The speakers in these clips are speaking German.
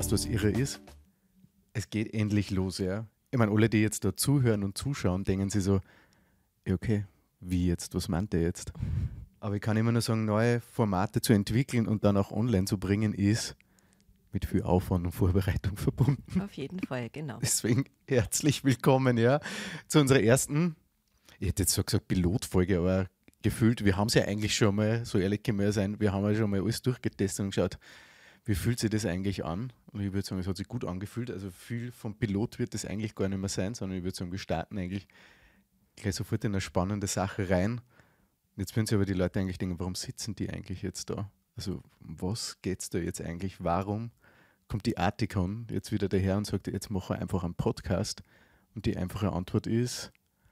weißt du, was irre ist? Es geht endlich los, ja. Ich meine, alle, die jetzt da zuhören und zuschauen, denken sich so, ja, okay, wie jetzt, was meint der jetzt? Aber ich kann immer nur sagen, neue Formate zu entwickeln und dann auch online zu bringen, ist mit viel Aufwand und Vorbereitung verbunden. Auf jeden Fall, genau. Deswegen herzlich willkommen, ja, zu unserer ersten, ich hätte jetzt so gesagt Pilotfolge, aber gefühlt, wir haben es ja eigentlich schon mal, so ehrlich können wir sein, wir haben ja schon mal alles durchgetestet und geschaut, wie fühlt sich das eigentlich an? Und ich würde sagen, es hat sich gut angefühlt. Also viel vom Pilot wird das eigentlich gar nicht mehr sein, sondern ich würde sagen, wir starten eigentlich gleich sofort in eine spannende Sache rein. Und jetzt würden sich aber die Leute eigentlich denken, warum sitzen die eigentlich jetzt da? Also was geht es da jetzt eigentlich? Warum kommt die Artikon jetzt wieder daher und sagt, jetzt machen wir einfach einen Podcast? Und die einfache Antwort ist,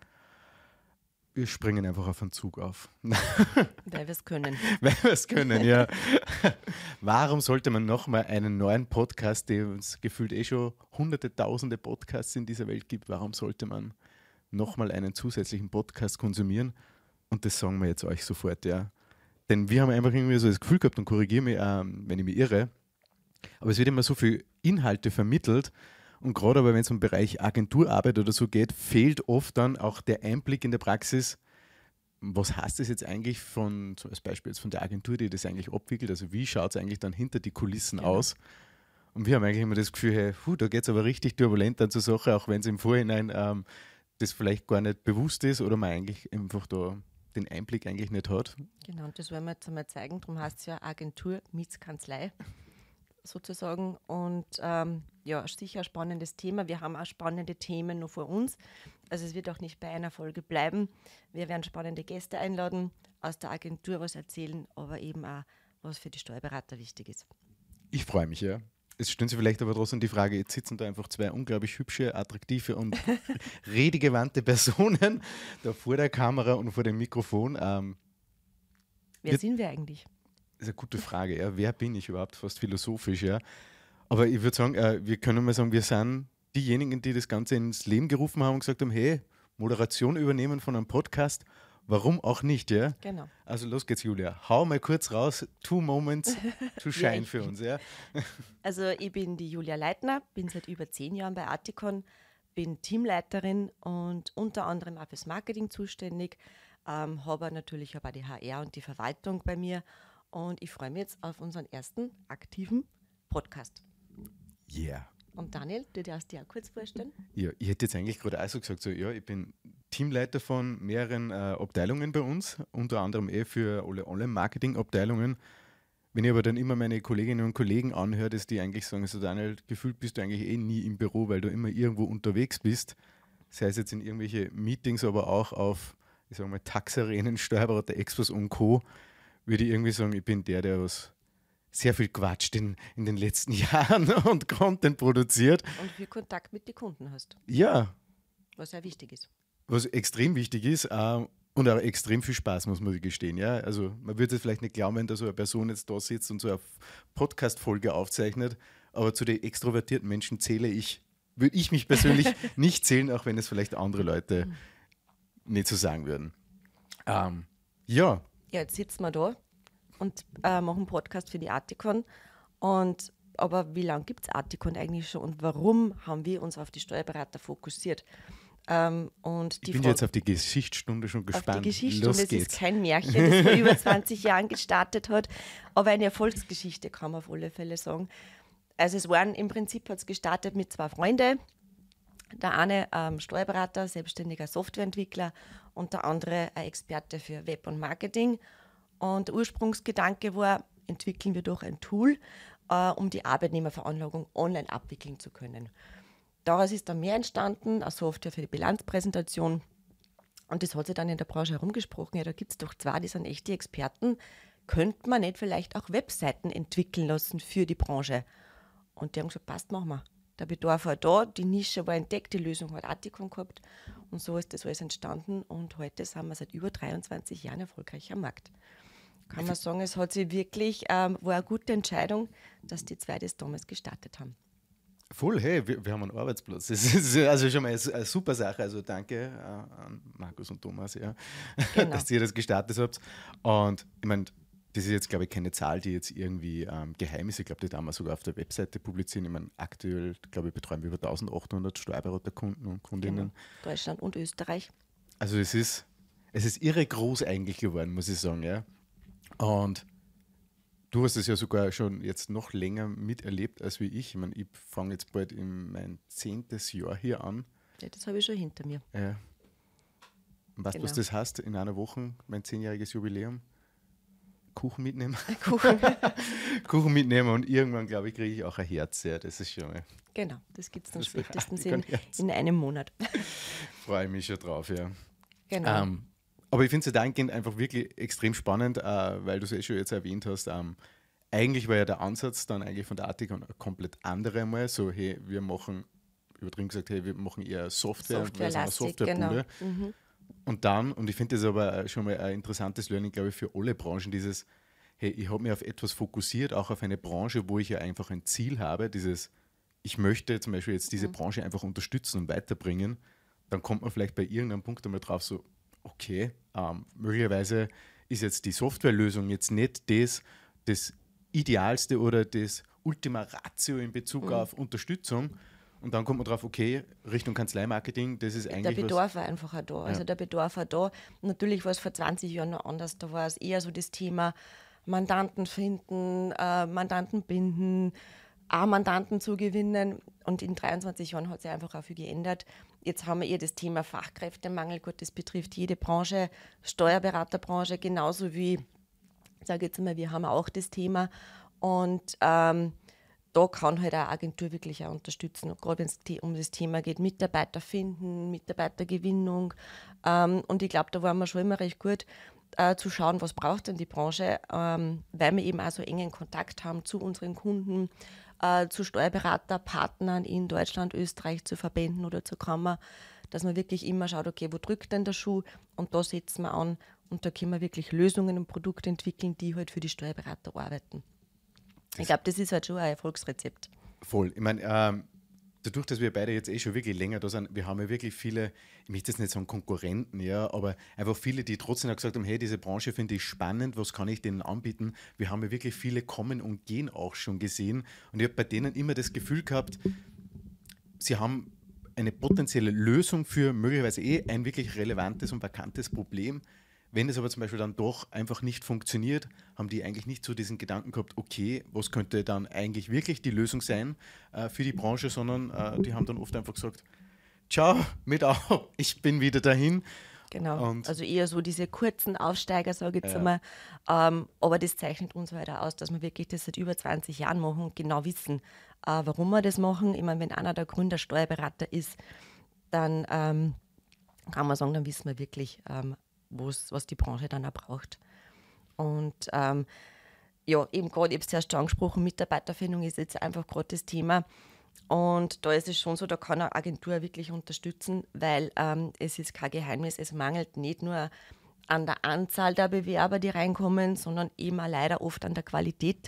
wir springen einfach auf einen Zug auf. Weil wir es können. Weil wir es können, ja. Warum sollte man nochmal einen neuen Podcast, der uns gefühlt schon hunderte, tausende Podcasts in dieser Welt gibt, warum sollte man nochmal einen zusätzlichen Podcast konsumieren? Und das sagen wir jetzt euch sofort, ja. Denn wir haben einfach irgendwie so das Gefühl gehabt, und korrigiere mich, wenn ich mich irre, aber es wird immer so viel Inhalte vermittelt. Und gerade aber, wenn es um den Bereich Agenturarbeit oder so geht, fehlt oft dann auch der Einblick in der Praxis. Was heißt das jetzt eigentlich von, so als Beispiel jetzt von der Agentur, die das eigentlich abwickelt? Also wie schaut es eigentlich dann hinter die Kulissen aus? Und wir haben eigentlich immer das Gefühl, hey, da geht es aber richtig turbulent dann zur Sache, auch wenn es im Vorhinein das vielleicht gar nicht bewusst ist oder man eigentlich einfach da den Einblick eigentlich nicht hat. Genau, und das wollen wir jetzt einmal zeigen. Darum heißt es ja Agentur meets Kanzlei sozusagen. Und ja, sicher ein spannendes Thema. Wir haben auch spannende Themen noch vor uns. Also es wird auch nicht bei einer Folge bleiben. Wir werden spannende Gäste einladen, aus der Agentur was erzählen, aber eben auch, was für die Steuerberater wichtig ist. Ich freue mich, ja. Es stellen sich vielleicht aber trotzdem die Frage, jetzt sitzen da einfach zwei unglaublich hübsche, attraktive und redegewandte Personen da vor der Kamera und vor dem Mikrofon. Wer sind wir eigentlich? Das ist eine gute Frage, ja. Wer bin ich überhaupt? Fast philosophisch, ja. Aber ich würde sagen, wir können mal sagen, wir sind diejenigen, die das Ganze ins Leben gerufen haben und gesagt haben, hey, Moderation übernehmen von einem Podcast, warum auch nicht, ja? Genau. Also los geht's, Julia. Hau mal kurz raus, 2 Moments to shine Ja, für uns, ja. Also ich bin die Julia Leitner, bin seit über 10 Jahren bei Artikon, bin Teamleiterin und unter anderem auch fürs Marketing zuständig, habe natürlich auch die HR und die Verwaltung bei mir und ich freue mich jetzt auf unseren ersten aktiven Podcast. Yeah. Und Daniel, du darfst dir auch kurz vorstellen. Ja, ich hätte jetzt eigentlich gerade auch so gesagt, so, ja, ich bin Teamleiter von mehreren Abteilungen bei uns, unter anderem für alle Online-Marketing-Abteilungen. Wenn ich aber dann immer meine Kolleginnen und Kollegen anhöre, dass die eigentlich sagen, so Daniel, gefühlt bist du eigentlich nie im Büro, weil du immer irgendwo unterwegs bist, sei es jetzt in irgendwelche Meetings, aber auch auf, ich sage mal, Taxarenen, Steuerberater, Expos und Co., würde ich irgendwie sagen, ich bin der was sehr viel quatscht in den letzten Jahren und Content produziert. Und viel Kontakt mit den Kunden hast, Ja, was sehr wichtig ist. was extrem wichtig ist und auch extrem viel Spaß, muss man gestehen. Ja? Also man würde es vielleicht nicht glauben, dass so eine Person jetzt da sitzt und so eine Podcast-Folge aufzeichnet, aber zu den extrovertierten Menschen würde ich mich persönlich nicht zählen, auch wenn es vielleicht andere Leute nicht so sagen würden. Ja, Ja, jetzt sitzen wir da und machen einen Podcast für die Artikon. Aber wie lange gibt es Artikon eigentlich schon und warum haben wir uns auf die Steuerberater fokussiert? Und ich bin jetzt auf die Geschichtsstunde schon gespannt. Auf die Geschichtsstunde, Los es geht's. ist kein Märchen, das vor über 20 Jahren gestartet hat, aber eine Erfolgsgeschichte kann man auf alle Fälle sagen. Also im Prinzip hat es gestartet mit 2 Freunden. Der eine Steuerberater, selbstständiger Softwareentwickler und der andere ein Experte für Web und Marketing. Und der Ursprungsgedanke war, entwickeln wir doch ein Tool, um die Arbeitnehmerveranlagung online abwickeln zu können. Daraus ist dann mehr entstanden, eine Software für die Bilanzpräsentation. Und das hat sich dann in der Branche herumgesprochen, ja, da gibt es doch 2, die sind echte Experten. Könnte man nicht vielleicht auch Webseiten entwickeln lassen für die Branche? Und die haben gesagt, passt, machen wir. Der Bedarf war da, die Nische war entdeckt, die Lösung hat Artikon gehabt. Und so ist das alles entstanden. Und heute sind wir seit über 23 Jahren erfolgreich am Markt. Kann man sagen, es hat sich wirklich, war eine gute Entscheidung, dass die 2 das damals gestartet haben. Voll, hey, wir haben einen Arbeitsplatz. Das ist also schon mal eine super Sache. Also danke an Markus und Thomas, ja, Genau. dass ihr das gestartet habt. Und ich meine, Das ist jetzt, glaube ich, keine Zahl, die jetzt irgendwie geheim ist. Ich glaube, die darf man sogar auf der Webseite publizieren. Ich meine, aktuell, glaube ich, betreuen wir über 1800 Steuerberaterkunden und Kundinnen. Genau. Deutschland und Österreich. Also es ist irre groß eigentlich geworden, muss ich sagen. Ja. Und du hast es ja sogar schon jetzt noch länger miterlebt als wie ich. Ich meine, ich fange jetzt bald in mein 10. Jahr hier an. Ja, das habe ich schon hinter mir. Ja. Und weißt du, was Genau. das heißt? In einer Woche, mein 10-jähriges Jubiläum. Kuchen mitnehmen. Kuchen. Kuchen mitnehmen und irgendwann, glaube ich, kriege ich auch ein Herz. Ja, das ist schon mal. Genau, das gibt es dann Das spätestens kann ich jetzt. in einem Monat. Freue mich schon drauf, ja. Genau. Aber ich finde es dahingehend einfach wirklich extrem spannend, weil du es schon jetzt erwähnt hast. Eigentlich war ja der Ansatz dann eigentlich von der Artigon ein komplett anderer mal. So, hey, wir machen, übertrieben gesagt, hey, wir machen eher Software, wir sind eine Softwarelastig, Softwarebude. genau. Und dann, und ich finde das aber schon mal ein interessantes Learning, glaube ich, für alle Branchen, dieses, hey, ich habe mich auf etwas fokussiert, auch auf eine Branche, wo ich ja einfach ein Ziel habe, dieses, ich möchte zum Beispiel jetzt diese Branche einfach unterstützen und weiterbringen, dann kommt man vielleicht bei irgendeinem Punkt einmal drauf so, okay, möglicherweise ist jetzt die Softwarelösung jetzt nicht das Idealste oder das Ultima Ratio in Bezug auf Unterstützung. Und dann kommt man drauf, okay, Richtung Kanzleimarketing, das ist Der eigentlich Bedarf war einfach auch da. Also Ja. der Bedarf war da. Natürlich war es vor 20 Jahren noch anders. Da war es eher so das Thema Mandanten finden, Mandanten binden, auch Mandanten zu gewinnen. Und in 23 Jahren hat sich einfach auch viel geändert. Jetzt haben wir eher das Thema Fachkräftemangel. Gut, das betrifft jede Branche, Steuerberaterbranche, genauso wie, sage jetzt mal, wir haben auch das Thema. Und da kann halt eine Agentur wirklich auch unterstützen, gerade wenn es um das Thema geht, Mitarbeiter finden, Mitarbeitergewinnung. Und ich glaube, da waren wir schon immer recht gut, zu schauen, was braucht denn die Branche, weil wir eben auch so engen Kontakt haben zu unseren Kunden, zu Steuerberaterpartnern in Deutschland, Österreich, zu Verbänden oder zur Kammer, dass man wirklich immer schaut, okay, wo drückt denn der Schuh? Und da setzen wir an und da können wir wirklich Lösungen und Produkte entwickeln, die halt für die Steuerberater arbeiten. Ich glaube, das ist halt schon ein Erfolgsrezept. voll. Ich meine, dadurch, dass wir beide jetzt schon wirklich länger da sind, wir haben ja wirklich viele, ich möchte jetzt nicht sagen Konkurrenten, ja, aber einfach viele, die trotzdem auch gesagt haben, hey, diese Branche finde ich spannend, was kann ich denen anbieten? Wir haben ja wirklich viele kommen und gehen auch schon gesehen und ich habe bei denen immer das Gefühl gehabt, sie haben eine potenzielle Lösung für möglicherweise ein wirklich relevantes und vakantes Problem. Wenn es aber zum Beispiel dann doch einfach nicht funktioniert, haben die eigentlich nicht so diesen Gedanken gehabt, okay, was könnte dann eigentlich wirklich die Lösung sein für die Branche, sondern die haben dann oft einfach gesagt, ciao, mit auf, ich bin wieder dahin. Genau. Und Also eher so diese kurzen Aufsteiger, sage ich jetzt Ja. einmal. Aber das zeichnet uns halt auch aus, dass wir wirklich das seit über 20 Jahren machen und genau wissen, warum wir das machen. Ich meine, wenn einer der Gründer Steuerberater ist, dann kann man sagen, dann wissen wir wirklich, was die Branche dann auch braucht. Und ja, eben gerade, ich habe es zuerst schon angesprochen, Mitarbeiterfindung ist jetzt einfach gerade das Thema. Und da ist es schon so, da kann eine Agentur wirklich unterstützen, weil es ist kein Geheimnis, es mangelt nicht nur an der Anzahl der Bewerber, die reinkommen, sondern eben auch leider oft an der Qualität.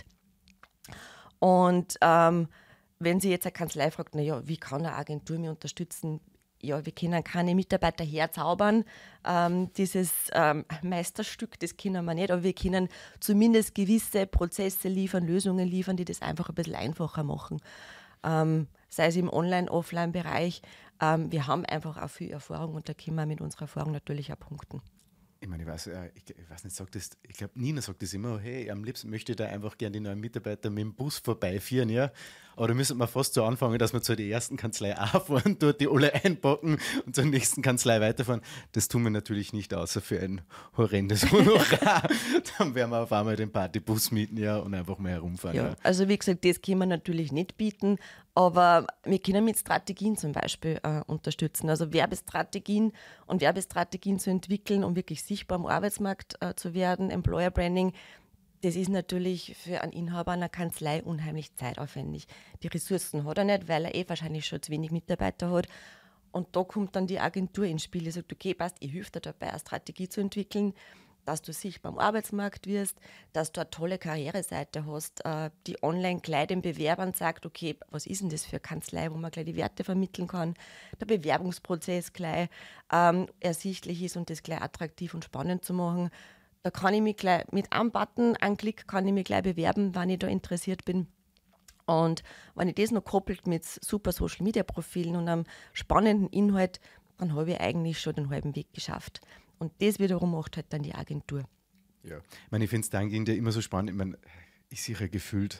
Und wenn Sie jetzt eine Kanzlei fragt, naja, wie kann eine Agentur mich unterstützen? Ja, wir können keine Mitarbeiter herzaubern. Dieses Meisterstück, das können wir nicht, aber wir können zumindest gewisse Prozesse liefern, Lösungen liefern, die das einfach ein bisschen einfacher machen. Sei es im Online-, Offline-Bereich. Wir haben einfach auch viel Erfahrung und da können wir mit unserer Erfahrung natürlich auch punkten. ich meine, ich weiß nicht, ich glaube, Nina sagt das immer, hey, am liebsten möchte ich da einfach gerne die neuen Mitarbeiter mit dem Bus vorbeiführen, ja. Aber da müssen wir fast so anfangen, dass wir zu der ersten Kanzlei fahren, dort die alle einpacken und zur nächsten Kanzlei weiterfahren. Das tun wir natürlich nicht, außer für ein horrendes Honorar. Dann werden wir auf einmal den Partybus mieten, ja, und einfach mal herumfahren. Ja, Ja. also wie gesagt, das können wir natürlich nicht bieten, aber wir können mit Strategien zum Beispiel unterstützen. Also Werbestrategien zu entwickeln, um wirklich sichtbar am Arbeitsmarkt zu werden, Employer Branding. Das ist natürlich für einen Inhaber einer Kanzlei unheimlich zeitaufwendig. Die Ressourcen hat er nicht, weil er wahrscheinlich schon zu wenig Mitarbeiter hat. Und da kommt dann die Agentur ins Spiel, die sagt, okay, passt, ich helfe dir dabei, eine Strategie zu entwickeln, dass du sichtbar am Arbeitsmarkt wirst, dass du eine tolle Karriereseite hast, die online gleich den Bewerbern sagt, okay, was ist denn das für eine Kanzlei, wo man gleich die Werte vermitteln kann, der Bewerbungsprozess gleich ersichtlich ist und das gleich attraktiv und spannend zu machen. Da kann ich mich gleich mit einem Button, einem Klick kann ich mich gleich bewerben, wenn ich da interessiert bin. Und wenn ich das noch koppelt mit super Social Media Profilen und einem spannenden Inhalt, dann habe ich eigentlich schon den halben Weg geschafft. Und das wiederum macht halt dann die Agentur. Ja, ich meine, ich finde es dahingehend ja immer so spannend. Ich meine, ich sehe ja gefühlt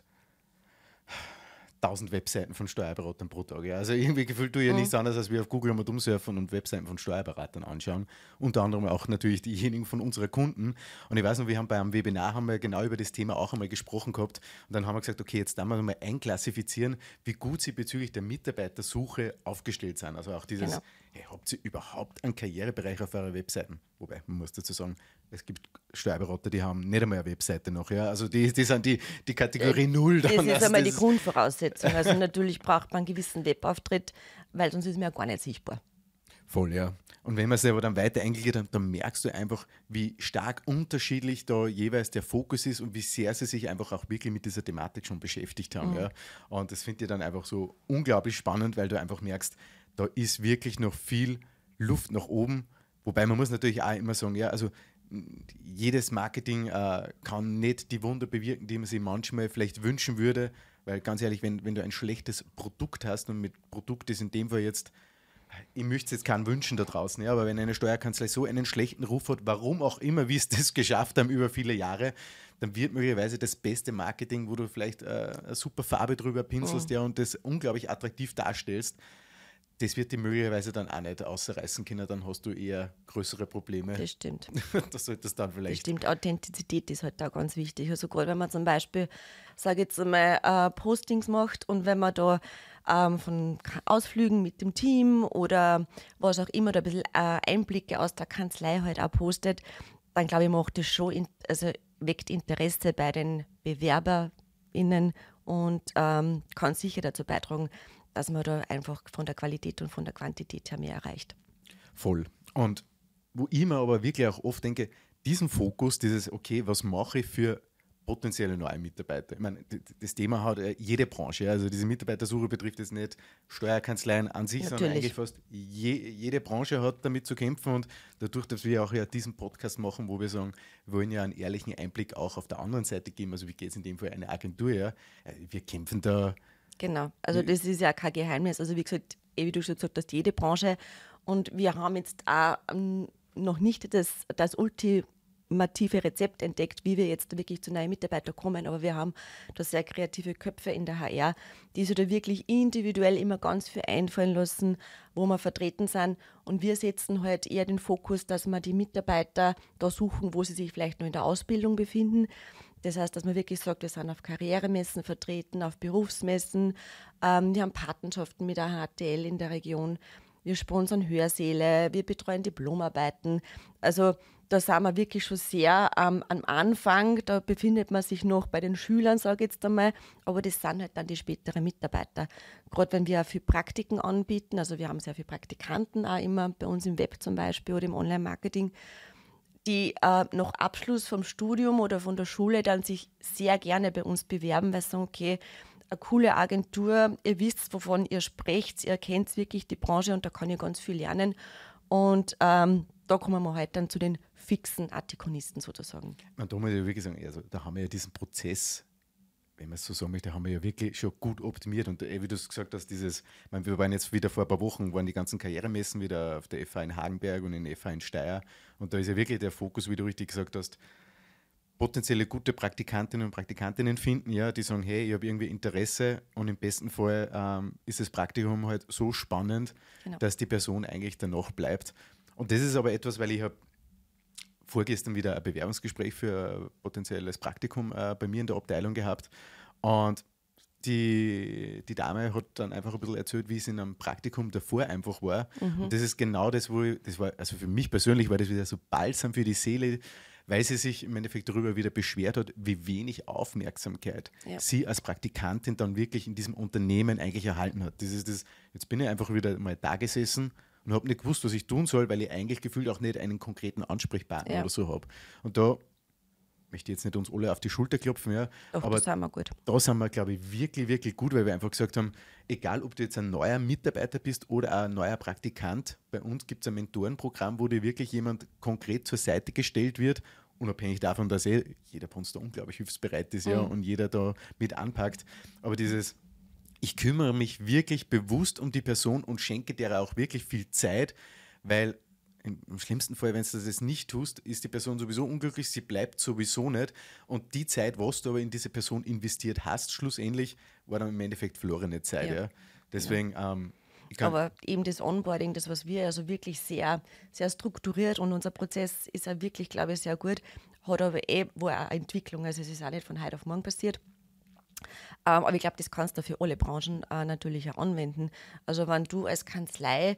1000 Webseiten von Steuerberatern pro Tag. Ja. Also irgendwie gefühlt tue ich ja nichts anderes, als wir auf Google mal umsurfen und Webseiten von Steuerberatern anschauen. Unter anderem auch natürlich diejenigen von unseren Kunden. Und ich weiß noch, wir haben bei einem Webinar haben wir genau über das Thema auch einmal gesprochen gehabt. Und dann haben wir gesagt, okay, jetzt dann wir mal einklassifizieren, wie gut sie bezüglich der Mitarbeitersuche aufgestellt sind. Also auch dieses, hey, habt ihr überhaupt einen Karrierebereich auf eurer Webseiten? Wobei, man muss dazu sagen, es gibt Steuerberater, die haben nicht einmal eine Webseite noch. Ja? Also die sind die Kategorie 0. Das ist einmal die Grundvoraussetzung. Also natürlich braucht man einen gewissen Webauftritt, weil sonst ist man ja gar nicht sichtbar. Voll, ja. Und wenn man sich aber dann weiter eingeht, dann merkst du einfach, wie stark unterschiedlich da jeweils der Fokus ist und wie sehr sie sich einfach auch wirklich mit dieser Thematik schon beschäftigt haben. Ja. Und das finde ich dann einfach so unglaublich spannend, weil du einfach merkst, da ist wirklich noch viel Luft nach oben. Wobei man muss natürlich auch immer sagen, ja, also jedes Marketing kann nicht die Wunder bewirken, die man sich manchmal vielleicht wünschen würde, weil ganz ehrlich, wenn du ein schlechtes Produkt hast und mit Produkt ist in dem Fall jetzt, ich möchte es jetzt keinen wünschen da draußen, ja, aber wenn eine Steuerkanzlei so einen schlechten Ruf hat, warum auch immer, wie es das geschafft haben über viele Jahre, dann wird möglicherweise das beste Marketing, wo du vielleicht eine super Farbe drüber pinselst ja, und das unglaublich attraktiv darstellst, das wird die möglicherweise dann auch nicht ausreißen können, dann hast du eher größere Probleme. Das stimmt. Das sollte es dann vielleicht. Das stimmt, Authentizität ist halt da ganz wichtig. Also gerade wenn man zum Beispiel, sage jetzt einmal, Postings macht und wenn man da von Ausflügen mit dem Team oder was auch immer, da ein bisschen Einblicke aus der Kanzlei halt auch postet, dann glaube ich, macht das schon, also weckt Interesse bei den BewerberInnen und kann sicher dazu beitragen, dass man da einfach von der Qualität und von der Quantität her mehr erreicht. Voll. Und wo ich mir aber wirklich auch oft denke, diesen Fokus, dieses, okay, was mache ich für potenzielle neue Mitarbeiter? Ich meine, das Thema hat jede Branche, ja? Also diese Mitarbeitersuche betrifft jetzt nicht Steuerkanzleien an sich, sondern eigentlich fast jede Branche hat damit zu kämpfen und dadurch, dass wir auch ja diesen Podcast machen, wo wir sagen, wir wollen ja einen ehrlichen Einblick auch auf der anderen Seite geben, also wie geht es in dem Fall eine Agentur, ja? Wir kämpfen da. Genau, also das ist ja kein Geheimnis. Also wie gesagt, wie du schon gesagt hast, jede Branche. Und wir haben jetzt auch noch nicht das ultimative Rezept entdeckt, wie wir jetzt wirklich zu neuen Mitarbeitern kommen. Aber wir haben da sehr kreative Köpfe in der HR, die sich da wirklich individuell immer ganz viel einfallen lassen, wo wir vertreten sind. Und wir setzen halt eher den Fokus, dass wir die Mitarbeiter da suchen, wo sie sich vielleicht noch in der Ausbildung befinden. Das heißt, dass man wirklich sagt, wir sind auf Karrieremessen vertreten, auf Berufsmessen. Wir haben Patenschaften mit der HTL in der Region. Wir sponsern Hörsäle, wir betreuen Diplomarbeiten. Also da sind wir wirklich schon sehr am Anfang. Da befindet man sich noch bei den Schülern, sage ich jetzt einmal. Aber das sind halt dann die späteren Mitarbeiter. Gerade wenn wir auch viel Praktiken anbieten. Also wir haben sehr viele Praktikanten auch immer bei uns im Web zum Beispiel oder im Online-Marketing, die nach Abschluss vom Studium oder von der Schule dann sich sehr gerne bei uns bewerben, weil sie sagen, okay, eine coole Agentur, ihr wisst, wovon ihr sprecht, ihr kennt wirklich die Branche und da kann ich ganz viel lernen. Und da kommen wir halt dann zu den fixen Artikonisten sozusagen. Und da muss ich wirklich sagen, also da haben wir ja diesen Prozess, wenn man es so sagen möchte, haben wir ja wirklich schon gut optimiert. Und wie du es gesagt hast, wir waren jetzt wieder vor ein paar Wochen, waren die ganzen Karrieremessen wieder auf der FH in Hagenberg und in der FH in Steyr. Und da ist ja wirklich der Fokus, wie du richtig gesagt hast, potenzielle gute Praktikantinnen und Praktikantinnen finden, ja, die sagen, hey, ich habe irgendwie Interesse und im besten Fall ist das Praktikum halt so spannend, dass die Person eigentlich danach bleibt. Und das ist aber etwas, weil ich habe vorgestern wieder ein Bewerbungsgespräch für ein potenzielles Praktikum bei mir in der Abteilung gehabt und die Dame hat dann einfach ein bisschen erzählt, wie es in einem Praktikum davor einfach war. Und das ist genau das, also für mich persönlich war das wieder so balsam für die Seele, weil sie sich im Endeffekt darüber wieder beschwert hat, wie wenig Aufmerksamkeit sie als Praktikantin dann wirklich in diesem Unternehmen eigentlich erhalten hat. Jetzt bin ich einfach wieder mal da gesessen und habe nicht gewusst, was ich tun soll, weil ich eigentlich gefühlt auch nicht einen konkreten Ansprechpartner oder so habe. Und da möchte ich jetzt nicht uns alle auf die Schulter klopfen, ja, Doch, aber das sind wir gut. Da sind wir, glaube ich, wirklich, wirklich gut, weil wir einfach gesagt haben, egal ob du jetzt ein neuer Mitarbeiter bist oder ein neuer Praktikant, bei uns gibt es ein Mentorenprogramm, wo dir wirklich jemand konkret zur Seite gestellt wird unabhängig davon, dass jeder bei uns da unglaublich hilfsbereit ist, ja, und jeder da mit anpackt. Aber ich kümmere mich wirklich bewusst um die Person und schenke der auch wirklich viel Zeit, weil im schlimmsten Fall, wenn du das nicht tust, ist die Person sowieso unglücklich, sie bleibt sowieso nicht. Und die Zeit, was du aber in diese Person investiert hast, schlussendlich, war dann im Endeffekt verlorene Zeit. Ja. Deswegen, aber eben das Onboarding, das, was wir also wirklich sehr, sehr strukturiert und unser Prozess ist ja wirklich, glaube ich, sehr gut, hat aber wo auch Entwicklung, also es ist auch nicht von heute auf morgen passiert. Aber ich glaube, das kannst du für alle Branchen natürlich auch anwenden. Also wenn du als Kanzlei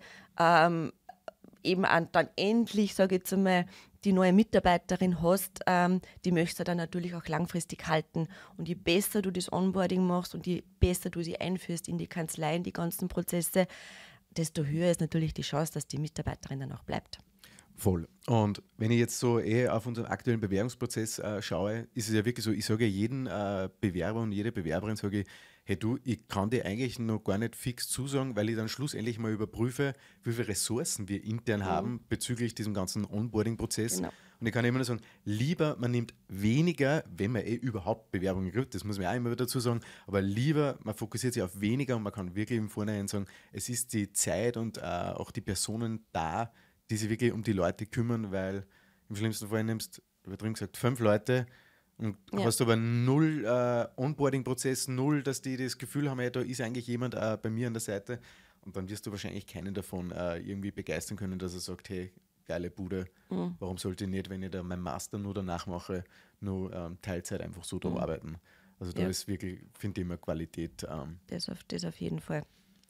eben dann endlich, sage ich jetzt einmal, die neue Mitarbeiterin hast, die möchtest du dann natürlich auch langfristig halten. Und je besser du das Onboarding machst und je besser du sie einführst in die Kanzlei, in die ganzen Prozesse, desto höher ist natürlich die Chance, dass die Mitarbeiterin dann auch bleibt. Voll. Und wenn ich jetzt so auf unseren aktuellen Bewerbungsprozess schaue, ist es ja wirklich so, ich sage jeden Bewerber und jede Bewerberin, sage ich, hey du, ich kann dir eigentlich noch gar nicht fix zusagen, weil ich dann schlussendlich mal überprüfe, wie viele Ressourcen wir intern haben bezüglich diesem ganzen Onboarding-Prozess. Genau. Und ich kann immer nur sagen, lieber man nimmt weniger, wenn man überhaupt Bewerbungen kriegt, das muss man auch immer wieder dazu sagen, aber lieber man fokussiert sich auf weniger und man kann wirklich im Vorhinein sagen, es ist die Zeit und auch die Personen da, die sich wirklich um die Leute kümmern, weil im schlimmsten Fall nimmst, übertrieben gesagt, 5 Leute und hast aber null Onboarding-Prozess, null, dass die das Gefühl haben, hey, da ist eigentlich jemand bei mir an der Seite und dann wirst du wahrscheinlich keinen davon irgendwie begeistern können, dass er sagt, hey, geile Bude, warum sollte ich nicht, wenn ich da meinen Master nur danach mache, nur Teilzeit einfach so da arbeiten. Also da ist wirklich, finde ich, immer Qualität. Das auf jeden Fall.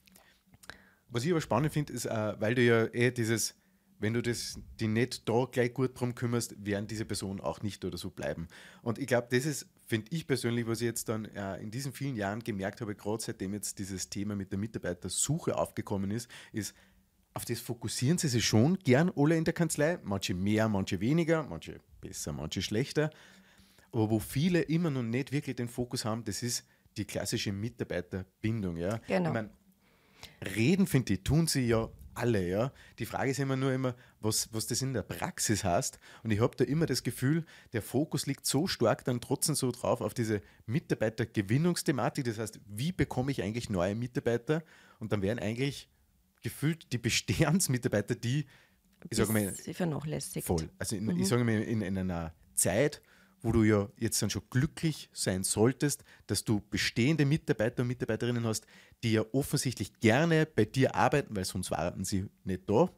Was ich aber spannend finde, ist, weil du ja wenn du dich nicht da gleich gut drum kümmerst, werden diese Personen auch nicht oder so bleiben. Und ich glaube, das ist, finde ich persönlich, was ich jetzt dann in diesen vielen Jahren gemerkt habe, gerade seitdem jetzt dieses Thema mit der Mitarbeitersuche aufgekommen ist, auf das fokussieren sie sich schon gern alle in der Kanzlei, manche mehr, manche weniger, manche besser, manche schlechter. Aber wo viele immer noch nicht wirklich den Fokus haben, das ist die klassische Mitarbeiterbindung. Ja? Genau. Ich meine, reden, finde ich, tun sie ja alle. Ja? Die Frage ist immer, was das in der Praxis heißt. Und ich habe da immer das Gefühl, der Fokus liegt so stark dann trotzdem so drauf auf diese Mitarbeitergewinnungsthematik. Das heißt, wie bekomme ich eigentlich neue Mitarbeiter? Und dann werden eigentlich gefühlt die Bestehensmitarbeiter, die, ich sage mal, sie vernachlässigt. voll. Also ich sage mal, in einer Zeit, wo du ja jetzt dann schon glücklich sein solltest, dass du bestehende Mitarbeiter und Mitarbeiterinnen hast, die ja offensichtlich gerne bei dir arbeiten, weil sonst warten sie nicht da,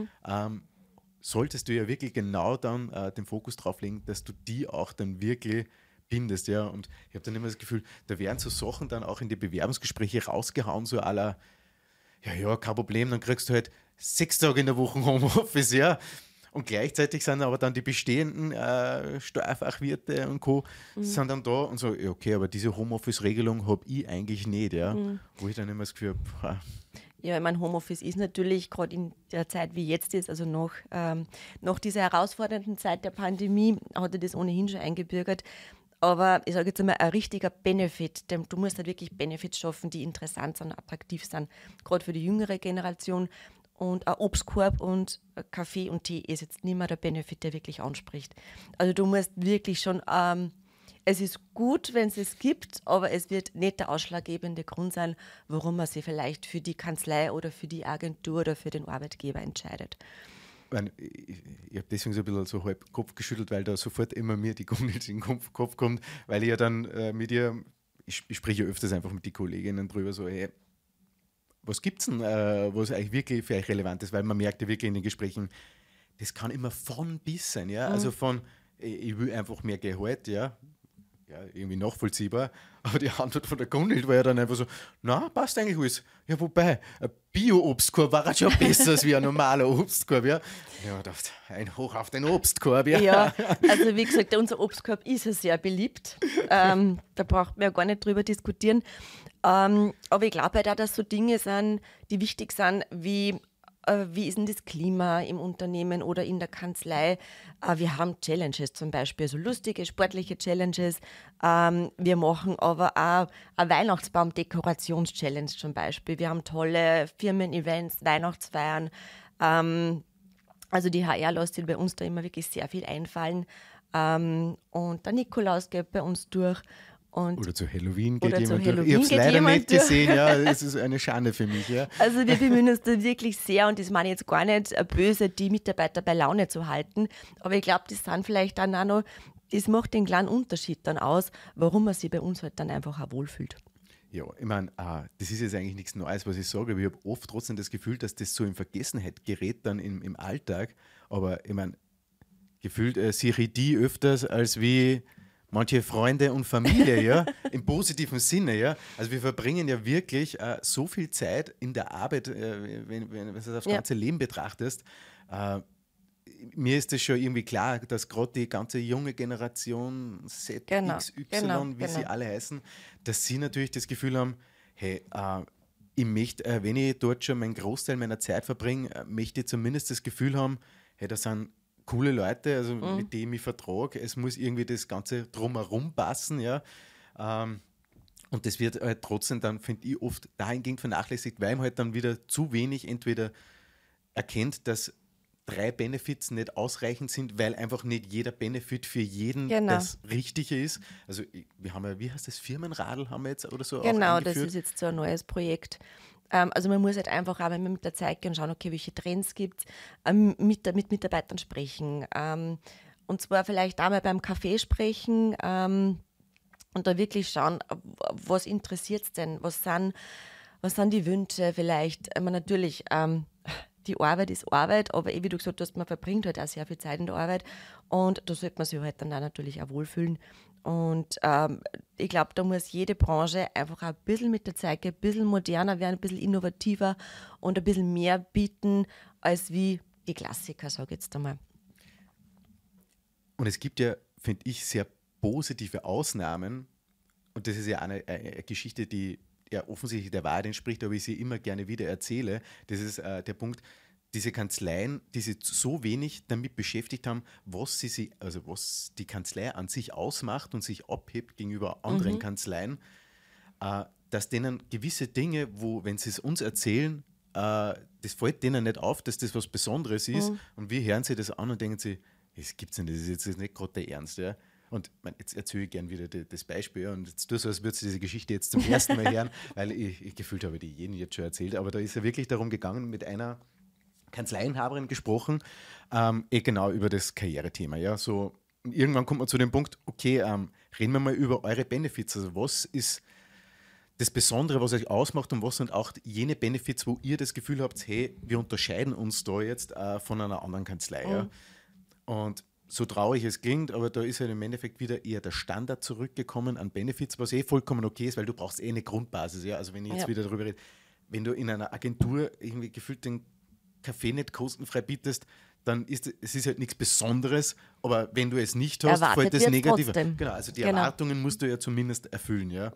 solltest du ja wirklich genau dann den Fokus drauf legen, dass du die auch dann wirklich bindest. Ja? Und ich habe dann immer das Gefühl, da werden so Sachen dann auch in die Bewerbungsgespräche rausgehauen, so à la, ja, kein Problem, dann kriegst du halt 6 Tage in der Woche Homeoffice, ja. Und gleichzeitig sind aber dann die bestehenden Steuerfachwirte und Co. sind dann da und so, ja, okay, aber diese Homeoffice-Regelung habe ich eigentlich nicht, ja. Wo ich dann immer das Gefühl habe, ja, ich meine, Homeoffice ist natürlich gerade in der Zeit, wie jetzt ist, also nach dieser herausfordernden Zeit der Pandemie, hat er das ohnehin schon eingebürgert. Aber ich sage jetzt einmal, ein richtiger Benefit, denn du musst halt wirklich Benefits schaffen, die interessant sind, attraktiv sind, gerade für die jüngere Generation. Und ein Obstkorb und Kaffee und Tee ist jetzt nicht mehr der Benefit, der wirklich anspricht. Also du musst wirklich schon, es ist gut, wenn es es gibt, aber es wird nicht der ausschlaggebende Grund sein, warum man sich vielleicht für die Kanzlei oder für die Agentur oder für den Arbeitgeber entscheidet. Ich habe deswegen so ein bisschen so halb Kopf geschüttelt, weil da sofort immer mir die Kommunikation in den Kopf kommt, weil ich ja dann mit ihr, ich spreche ja öfters einfach mit den Kolleginnen drüber, so, hey, was gibt es denn, was eigentlich wirklich für euch relevant ist, weil man merkt ja wirklich in den Gesprächen, das kann immer von bis sein, ja, also von, ich will einfach mehr Gehalt, ja, irgendwie nachvollziehbar, aber die Antwort von der Kundin war ja dann einfach so, na, passt eigentlich alles. Ja, wobei, ein Bio-Obstkorb war halt schon besser als wie ein normaler Obstkorb, ja. Ja, dachte, ein Hoch auf den Obstkorb, ja. Ja, also wie gesagt, unser Obstkorb ist ja sehr beliebt, da braucht man ja gar nicht drüber diskutieren, aber ich glaube halt auch, dass so Dinge sind, die wichtig sind, wie ist denn das Klima im Unternehmen oder in der Kanzlei? Wir haben Challenges zum Beispiel, also lustige, sportliche Challenges. Wir machen aber auch eine Weihnachtsbaum-Dekorations-Challenge zum Beispiel. Wir haben tolle Firmen-Events, Weihnachtsfeiern. Also die HR lässt sich bei uns da immer wirklich sehr viel einfallen. Und der Nikolaus geht bei uns durch. Und Oder zu Halloween geht Oder zu jemand durch. Halloween Ich habe es geht leider jemand nicht durch. gesehen, ja, es ist eine Schande für mich. Ja. also wir bemühen uns da wirklich sehr und das meine ich jetzt gar nicht böse, die Mitarbeiter bei Laune zu halten. Aber ich glaube, das sind vielleicht dann auch noch, das macht den kleinen Unterschied dann aus, warum man sich bei uns halt dann einfach auch wohlfühlt. Ja, ich meine, das ist jetzt eigentlich nichts Neues, was ich sage, aber ich habe oft trotzdem das Gefühl, dass das so in Vergessenheit gerät dann im Alltag. Aber ich meine, gefühlt sehe ich die öfters als wie manche Freunde und Familie, ja, im positiven Sinne, ja. Also wir verbringen ja wirklich so viel Zeit in der Arbeit, wenn du das aufs ganze Leben betrachtest. Mir ist das schon irgendwie klar, dass gerade die ganze junge Generation Z, Genau, X, Y, genau, wie sie genau. alle heißen, dass sie natürlich das Gefühl haben, hey, ich möchte, wenn ich dort schon meinen Großteil meiner Zeit verbringe, möchte ich zumindest das Gefühl haben, hey, das sind coole Leute, also mit denen ich vertrage. Es muss irgendwie das Ganze drumherum passen, ja. Und das wird halt trotzdem dann, finde ich, oft dahingehend vernachlässigt, weil man halt dann wieder zu wenig entweder erkennt, dass 3 Benefits nicht ausreichend sind, weil einfach nicht jeder Benefit für jeden das Richtige ist. Also wir haben ja, wie heißt das, Firmenradl haben wir jetzt oder so Genau, auch das eingeführt. ist jetzt so ein neues Projekt. Also man muss halt einfach auch, wenn man mit der Zeit gehen, schauen, okay, welche Trends gibt es, mit Mitarbeitern sprechen. Und zwar vielleicht auch mal beim Kaffee sprechen und da wirklich schauen, was interessiert es denn, was sind die Wünsche vielleicht. Ich meine, natürlich, die Arbeit ist Arbeit, aber wie du gesagt hast, man verbringt halt auch sehr viel Zeit in der Arbeit und da sollte man sich halt dann auch natürlich auch wohlfühlen. Und ich glaube, da muss jede Branche einfach auch ein bisschen mit der Zeit gehen, ein bisschen moderner werden, ein bisschen innovativer und ein bisschen mehr bieten, als wie die Klassiker, sage ich jetzt einmal. Und es gibt ja, finde ich, sehr positive Ausnahmen. Und das ist ja eine Geschichte, die ja offensichtlich der Wahrheit entspricht, aber ich sie immer gerne wieder erzähle. Das ist der Punkt, diese Kanzleien, die sich so wenig damit beschäftigt haben, was die Kanzlei an sich ausmacht und sich abhebt gegenüber anderen Kanzleien, dass denen gewisse Dinge, wenn sie es uns erzählen, das fällt denen nicht auf, dass das was Besonderes ist. Und wir hören sie das an und denken sie, das gibt's nicht, das ist jetzt nicht gerade der Ernst. Ja. Und jetzt erzähle ich gerne wieder das Beispiel. Ja. Und jetzt tue so, als würdest du diese Geschichte jetzt zum ersten Mal hören, weil ich gefühlt habe, die jeden jetzt schon erzählt. Aber da ist ja wirklich darum gegangen, mit einer Kanzleiinhaberin gesprochen, genau über das Karrierethema. Ja. So, irgendwann kommt man zu dem Punkt, okay, reden wir mal über eure Benefits. Also was ist das Besondere, was euch ausmacht und was sind auch jene Benefits, wo ihr das Gefühl habt, hey, wir unterscheiden uns da jetzt von einer anderen Kanzlei. Ja. Und so traurig es klingt, aber da ist halt im Endeffekt wieder eher der Standard zurückgekommen an Benefits, was vollkommen okay ist, weil du brauchst eine Grundbasis. Ja? Also wenn ich jetzt wieder darüber rede, wenn du in einer Agentur irgendwie gefühlt den Kaffee nicht kostenfrei bietest, dann ist es halt nichts Besonderes, aber wenn du es nicht hast, fällt das negativer. Genau, also die Erwartungen musst du ja zumindest erfüllen. Ja?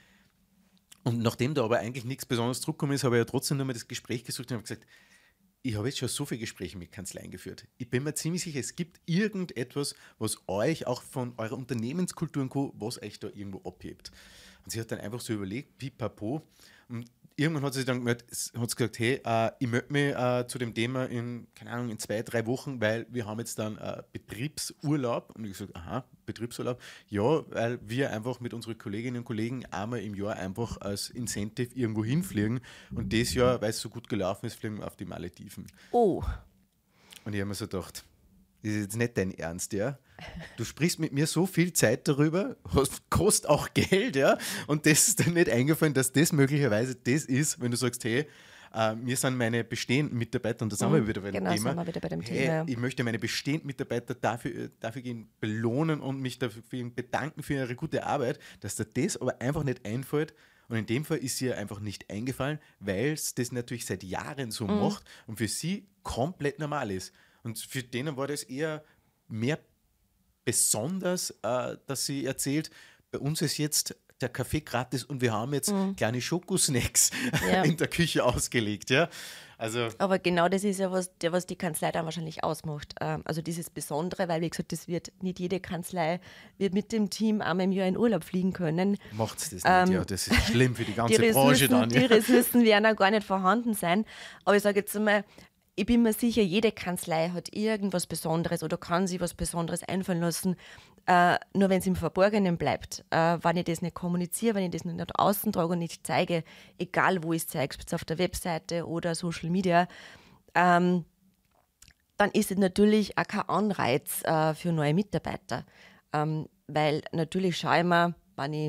Und nachdem da aber eigentlich nichts Besonderes zurückgekommen ist, habe ich ja trotzdem nochmal das Gespräch gesucht und habe gesagt, ich habe jetzt schon so viele Gespräche mit Kanzleien geführt. Ich bin mir ziemlich sicher, es gibt irgendetwas, was euch auch von eurer Unternehmenskultur und Co., was euch da irgendwo abhebt. Und sie hat dann einfach so überlegt, pipapo. Und irgendwann hat sie dann gesagt, hey, ich melde mich zu dem Thema in 2, 3 Wochen, weil wir haben jetzt dann Betriebsurlaub. Und ich gesagt, aha, Betriebsurlaub? Ja, weil wir einfach mit unseren Kolleginnen und Kollegen einmal im Jahr einfach als Incentive irgendwo hinfliegen. Und das Jahr, weil es so gut gelaufen ist, fliegen wir auf die Malediven. Oh. Und ich habe mir so gedacht, das ist jetzt nicht dein Ernst, ja? Du sprichst mit mir so viel Zeit darüber, kostet auch Geld, ja? Und das ist dann nicht eingefallen, dass das möglicherweise das ist, wenn du sagst, hey, mir sind meine bestehenden Mitarbeiter, und da sind wir wieder bei dem Thema, sind wir wieder bei dem hey, Thema. ich möchte meine bestehenden Mitarbeiter dafür belohnen und mich dafür bedanken für ihre gute Arbeit, dass dir das aber einfach nicht einfällt. Und in dem Fall ist ihr einfach nicht eingefallen, weil es das natürlich seit Jahren so macht und für sie komplett normal ist. Und für denen war das eher mehr besonders, dass sie erzählt, bei uns ist jetzt der Kaffee gratis und wir haben jetzt kleine Schokosnacks in der Küche ausgelegt. Ja? Also, aber genau das ist ja, was die Kanzlei dann wahrscheinlich ausmacht. Also dieses Besondere, weil, wie gesagt, das wird nicht jede Kanzlei wird mit dem Team einmal im Jahr in Urlaub fliegen können. Macht es das nicht, ja. Das ist schlimm für die ganze Branche dann. Die Ressourcen werden auch gar nicht vorhanden sein. Aber ich sage jetzt einmal, ich bin mir sicher, jede Kanzlei hat irgendwas Besonderes oder kann sich was Besonderes einfallen lassen, nur wenn es im Verborgenen bleibt. Wenn ich das nicht kommuniziere, wenn ich das nicht nach außen trage und nicht zeige, egal wo ich es zeige, ob es auf der Webseite oder Social Media, dann ist es natürlich auch kein Anreiz für neue Mitarbeiter. Weil natürlich schaue ich mir, wenn ich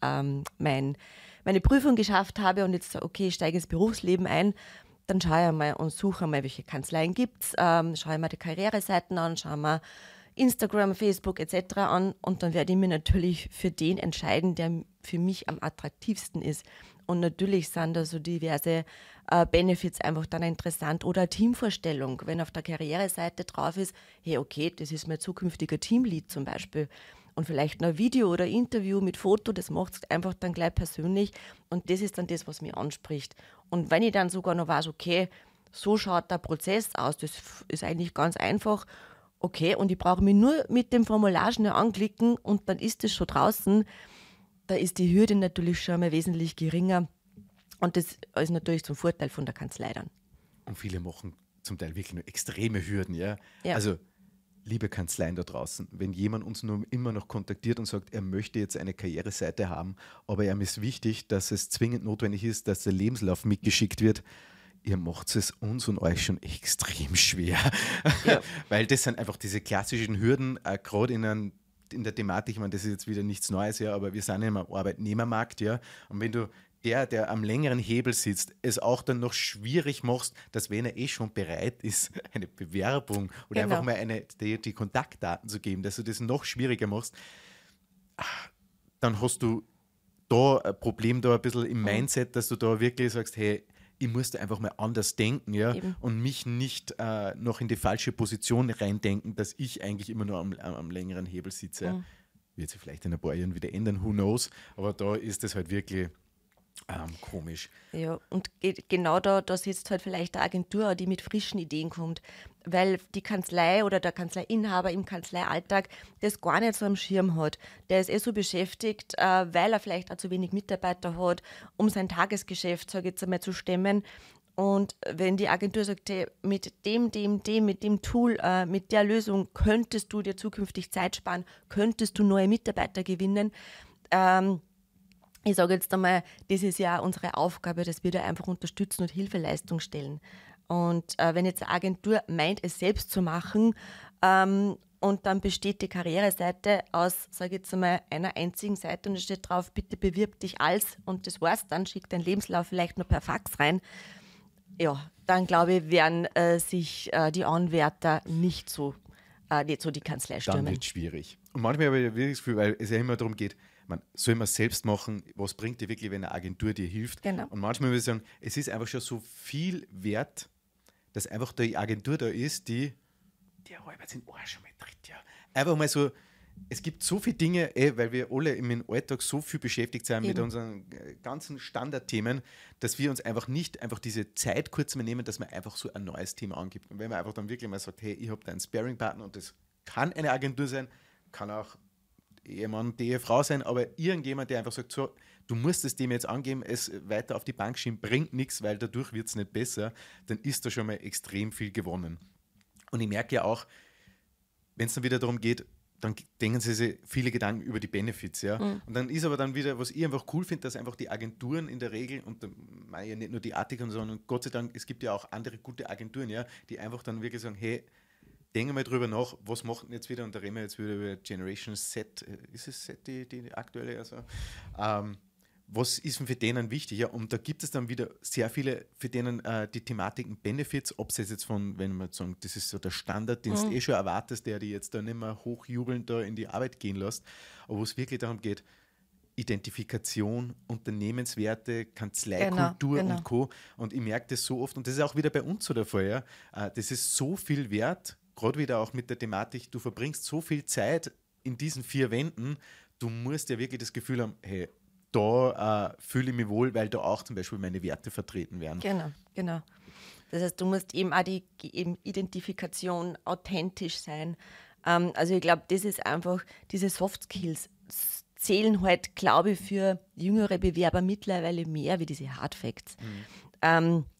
meine Prüfung geschafft habe und jetzt, okay, ich steige ins Berufsleben ein, dann schaue ich mal und suche mal, welche Kanzleien gibt es, schaue ich mir die Karriereseiten an, schaue mir Instagram, Facebook etc. an und dann werde ich mich natürlich für den entscheiden, der für mich am attraktivsten ist. Und natürlich sind da so diverse Benefits einfach dann interessant oder eine Teamvorstellung, wenn auf der Karriereseite drauf ist, hey, okay, das ist mein zukünftiger Teamlead zum Beispiel. Und vielleicht noch ein Video oder Interview mit Foto, das macht es einfach dann gleich persönlich. Und das ist dann das, was mich anspricht. Und wenn ich dann sogar noch weiß, okay, so schaut der Prozess aus, das ist eigentlich ganz einfach, okay, und ich brauche mich nur mit dem Formular schnell anklicken und dann ist es schon draußen, da ist die Hürde natürlich schon mal wesentlich geringer. Und das ist natürlich zum Vorteil von der Kanzlei dann. Und viele machen zum Teil wirklich nur extreme Hürden, ja. Ja. Also, liebe Kanzleien da draußen, wenn jemand uns nur immer noch kontaktiert und sagt, er möchte jetzt eine Karriereseite haben, aber ihm ist wichtig, dass es zwingend notwendig ist, dass der Lebenslauf mitgeschickt wird, ihr macht es uns und euch schon extrem schwer. Ja. Weil das sind einfach diese klassischen Hürden, gerade in der Thematik, ich meine, das ist jetzt wieder nichts Neues, ja, aber wir sind ja im Arbeitnehmermarkt, ja, und wenn du der am längeren Hebel sitzt, es auch dann noch schwierig machst, dass wenn er schon bereit ist, eine Bewerbung oder einfach mal die Kontaktdaten zu geben, dass du das noch schwieriger machst, dann hast du da ein Problem da ein bisschen im Mindset, dass du da wirklich sagst, hey, ich muss da einfach mal anders denken, ja, und mich nicht noch in die falsche Position reindenken, dass ich eigentlich immer nur am längeren Hebel sitze. Ja. Wird sich vielleicht in ein paar Jahren wieder ändern, who knows, aber da ist das halt wirklich komisch. Ja, und genau da sitzt halt vielleicht eine Agentur, die mit frischen Ideen kommt, weil die Kanzlei oder der Kanzleiinhaber im Kanzleialltag das gar nicht so am Schirm hat. Der ist so beschäftigt, weil er vielleicht auch zu wenig Mitarbeiter hat, um sein Tagesgeschäft, sage ich jetzt einmal, zu stemmen. Und wenn die Agentur sagt, hey, mit dem Tool, mit der Lösung könntest du dir zukünftig Zeit sparen, könntest du neue Mitarbeiter gewinnen, ich sage jetzt einmal, das ist ja unsere Aufgabe, dass wir da einfach unterstützen und Hilfeleistung stellen. Und wenn jetzt eine Agentur meint, es selbst zu machen und dann besteht die Karriereseite aus, sage ich jetzt einmal, einer einzigen Seite und es steht drauf, bitte bewirb dich als und das war's dann, schick deinen Lebenslauf vielleicht nur per Fax rein, ja, dann glaube ich, werden sich die Anwärter nicht so die Kanzlei stürmen. Dann wird es schwierig. Und manchmal habe ich wirklich das Gefühl, weil es ja immer darum geht, soll man selbst machen, was bringt dir wirklich, wenn eine Agentur dir hilft? Genau. Und manchmal würde ich sagen, es ist einfach schon so viel wert, dass einfach die Agentur da ist, die Arbeit in den Arsch mal tritt. Ja. Einfach mal so, es gibt so viele Dinge, weil wir alle im Alltag so viel beschäftigt sind mit unseren ganzen Standardthemen, dass wir uns einfach nicht einfach diese Zeit kurz mal nehmen, dass man einfach so ein neues Thema angibt. Und wenn man einfach dann wirklich mal sagt, hey, ich habe da einen Sparring-Partner und das kann eine Agentur sein, kann auch Ehemann, die Ehefrau sein, aber irgendjemand, der einfach sagt, so, du musst es dem jetzt angeben, es weiter auf die Bank schieben, bringt nichts, weil dadurch wird es nicht besser, dann ist da schon mal extrem viel gewonnen. Und ich merke ja auch, wenn es dann wieder darum geht, dann denken sie sich viele Gedanken über die Benefits, ja. Und dann ist aber dann wieder, was ich einfach cool finde, dass einfach die Agenturen in der Regel, und da meine ich ja nicht nur die Artikel, sondern Gott sei Dank, es gibt ja auch andere gute Agenturen, ja, die einfach dann wirklich sagen, hey, denken wir drüber nach, was macht denn jetzt wieder, und da reden wir jetzt wieder über Generation Z, ist es Z die aktuelle, also was ist denn für denen wichtig? Ja? Und da gibt es dann wieder sehr viele, für denen die Thematiken Benefits, ob es jetzt von, wenn man sagen, das ist so der Standard, den du schon erwartest, der die jetzt da nicht mehr hochjubelnd da in die Arbeit gehen lässt, aber wo es wirklich darum geht, Identifikation, Unternehmenswerte, Kanzleikultur und Co. Und ich merke das so oft, und das ist auch wieder bei uns so der Fall, ja? Das ist so viel wert, gerade wieder auch mit der Thematik, du verbringst so viel Zeit in diesen 4 Wänden, du musst ja wirklich das Gefühl haben, hey, da fühle ich mich wohl, weil da auch zum Beispiel meine Werte vertreten werden. Genau. Das heißt, du musst eben auch die Identifikation authentisch sein. Also ich glaube, das ist einfach, diese Soft Skills zählen halt, glaube ich, für jüngere Bewerber mittlerweile mehr wie diese Hard Facts.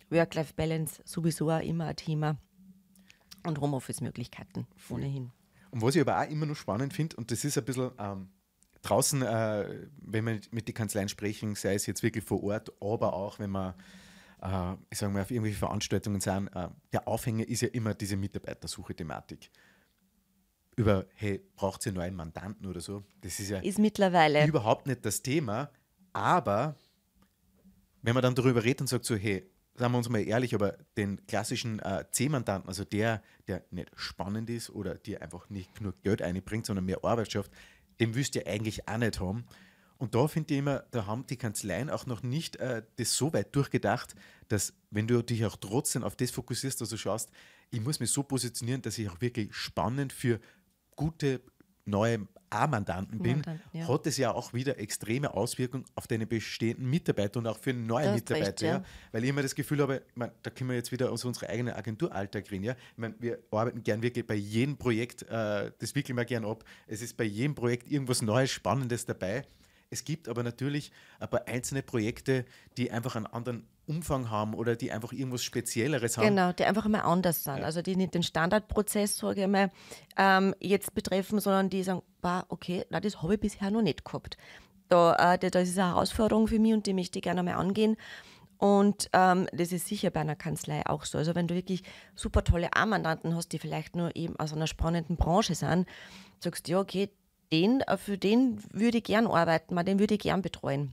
Work-Life-Balance sowieso auch immer ein Thema und Homeoffice-Möglichkeiten ohnehin. Und was ich aber auch immer noch spannend finde, und das ist ein bisschen draußen, wenn wir mit den Kanzleien sprechen, sei es jetzt wirklich vor Ort, aber auch wenn wir ich sage mal, auf irgendwelche Veranstaltungen sind, der Aufhänger ist ja immer diese Mitarbeitersuche-Thematik. Über, hey, braucht ihr neuen Mandanten oder so? Das ist ja Mittlerweile überhaupt nicht das Thema, aber wenn man dann darüber redet und sagt so, hey, sagen wir uns mal ehrlich, aber den klassischen C-Mandanten, also der nicht spannend ist oder dir einfach nicht nur Geld einbringt, sondern mehr Arbeit schafft, den willst du ja eigentlich auch nicht haben. Und da finde ich immer, da haben die Kanzleien auch noch nicht das so weit durchgedacht, dass wenn du dich auch trotzdem auf das fokussierst, dass du schaust, ich muss mich so positionieren, dass ich auch wirklich spannend für gute neue A-Mandanten bin, hat es ja auch wieder extreme Auswirkungen auf deine bestehenden Mitarbeiter und auch für neue Mitarbeiter. Recht, ja. Weil ich immer das Gefühl habe, da können wir jetzt wieder aus unserer eigenen Agenturalltag reden. Ja? Wir arbeiten gern wirklich bei jedem Projekt, das wickeln wir gern ab. Es ist bei jedem Projekt irgendwas Neues, Spannendes dabei. Es gibt aber natürlich ein paar einzelne Projekte, die einfach einen anderen Umfang haben oder die einfach irgendwas Spezielleres haben. Genau, die einfach mal anders sind. Ja. Also die nicht den Standardprozess, sage ich mal, jetzt betreffen, sondern die sagen, okay, das habe ich bisher noch nicht gehabt. Das ist eine Herausforderung für mich und die möchte ich gerne mal angehen. Und das ist sicher bei einer Kanzlei auch so. Also wenn du wirklich super tolle A-Mandanten hast, die vielleicht nur eben aus einer spannenden Branche sind, sagst du, ja, okay, für den würde ich gern arbeiten, den würde ich gern betreuen.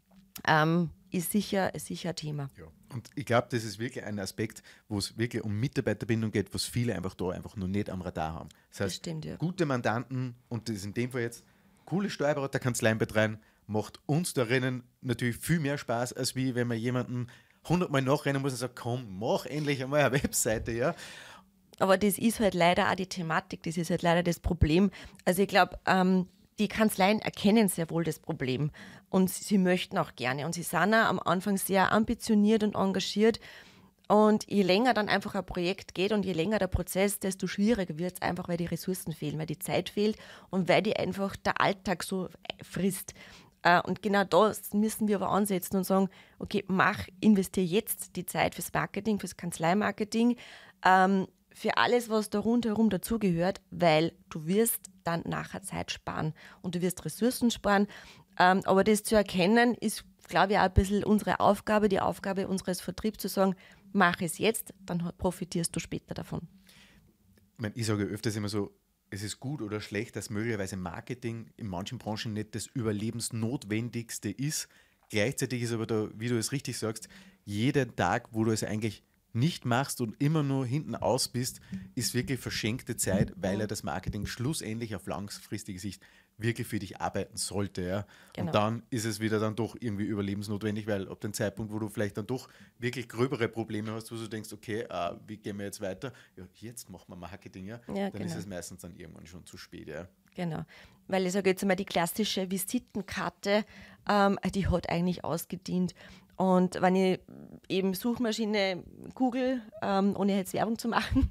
Ist sicher ein Thema. Ja. Und ich glaube, das ist wirklich ein Aspekt, wo es wirklich um Mitarbeiterbindung geht, was viele einfach noch nicht am Radar haben. Das heißt, stimmt, ja. Gute Mandanten, und das ist in dem Fall jetzt coole Steuerberaterkanzleien betreuen, macht uns darinnen natürlich viel mehr Spaß, als wie wenn man jemanden 100-mal nachrennen muss und sagt, komm, mach endlich einmal eine Webseite, ja. Aber das ist halt leider auch die Thematik, das ist halt leider das Problem. Also ich glaube, die Kanzleien erkennen sehr wohl das Problem und sie möchten auch gerne. Und sie sind auch am Anfang sehr ambitioniert und engagiert. Und je länger dann einfach ein Projekt geht und je länger der Prozess, desto schwieriger wird es einfach, weil die Ressourcen fehlen, weil die Zeit fehlt und weil die einfach der Alltag so frisst. Und genau das müssen wir aber ansetzen und sagen, okay, investiere jetzt die Zeit fürs Marketing, fürs Kanzleimarketing, für alles, was da rundherum dazugehört, weil du wirst dann nachher Zeit sparen und du wirst Ressourcen sparen. Aber das zu erkennen, ist, glaube ich, auch ein bisschen unsere Aufgabe, die Aufgabe unseres Vertriebs zu sagen, mach es jetzt, dann profitierst du später davon. Ich sage öfters immer so, es ist gut oder schlecht, dass möglicherweise Marketing in manchen Branchen nicht das Überlebensnotwendigste ist. Gleichzeitig ist aber da, wie du es richtig sagst, jeden Tag, wo du es eigentlich nicht machst und immer nur hinten aus bist, ist wirklich verschenkte Zeit, weil ja das Marketing schlussendlich auf langfristige Sicht wirklich für dich arbeiten sollte. Ja? Genau. Und dann ist es wieder dann doch irgendwie überlebensnotwendig, weil ab dem Zeitpunkt, wo du vielleicht dann doch wirklich gröbere Probleme hast, wo du denkst, okay, wie gehen wir jetzt weiter? Ja, jetzt machen wir Marketing, ja? Dann genau. Ist es meistens dann irgendwann schon zu spät. Ja? Genau, weil ich sage jetzt mal, die klassische Visitenkarte, die hat eigentlich ausgedient. Und wenn ich eben Suchmaschine Google, ohne jetzt Werbung zu machen,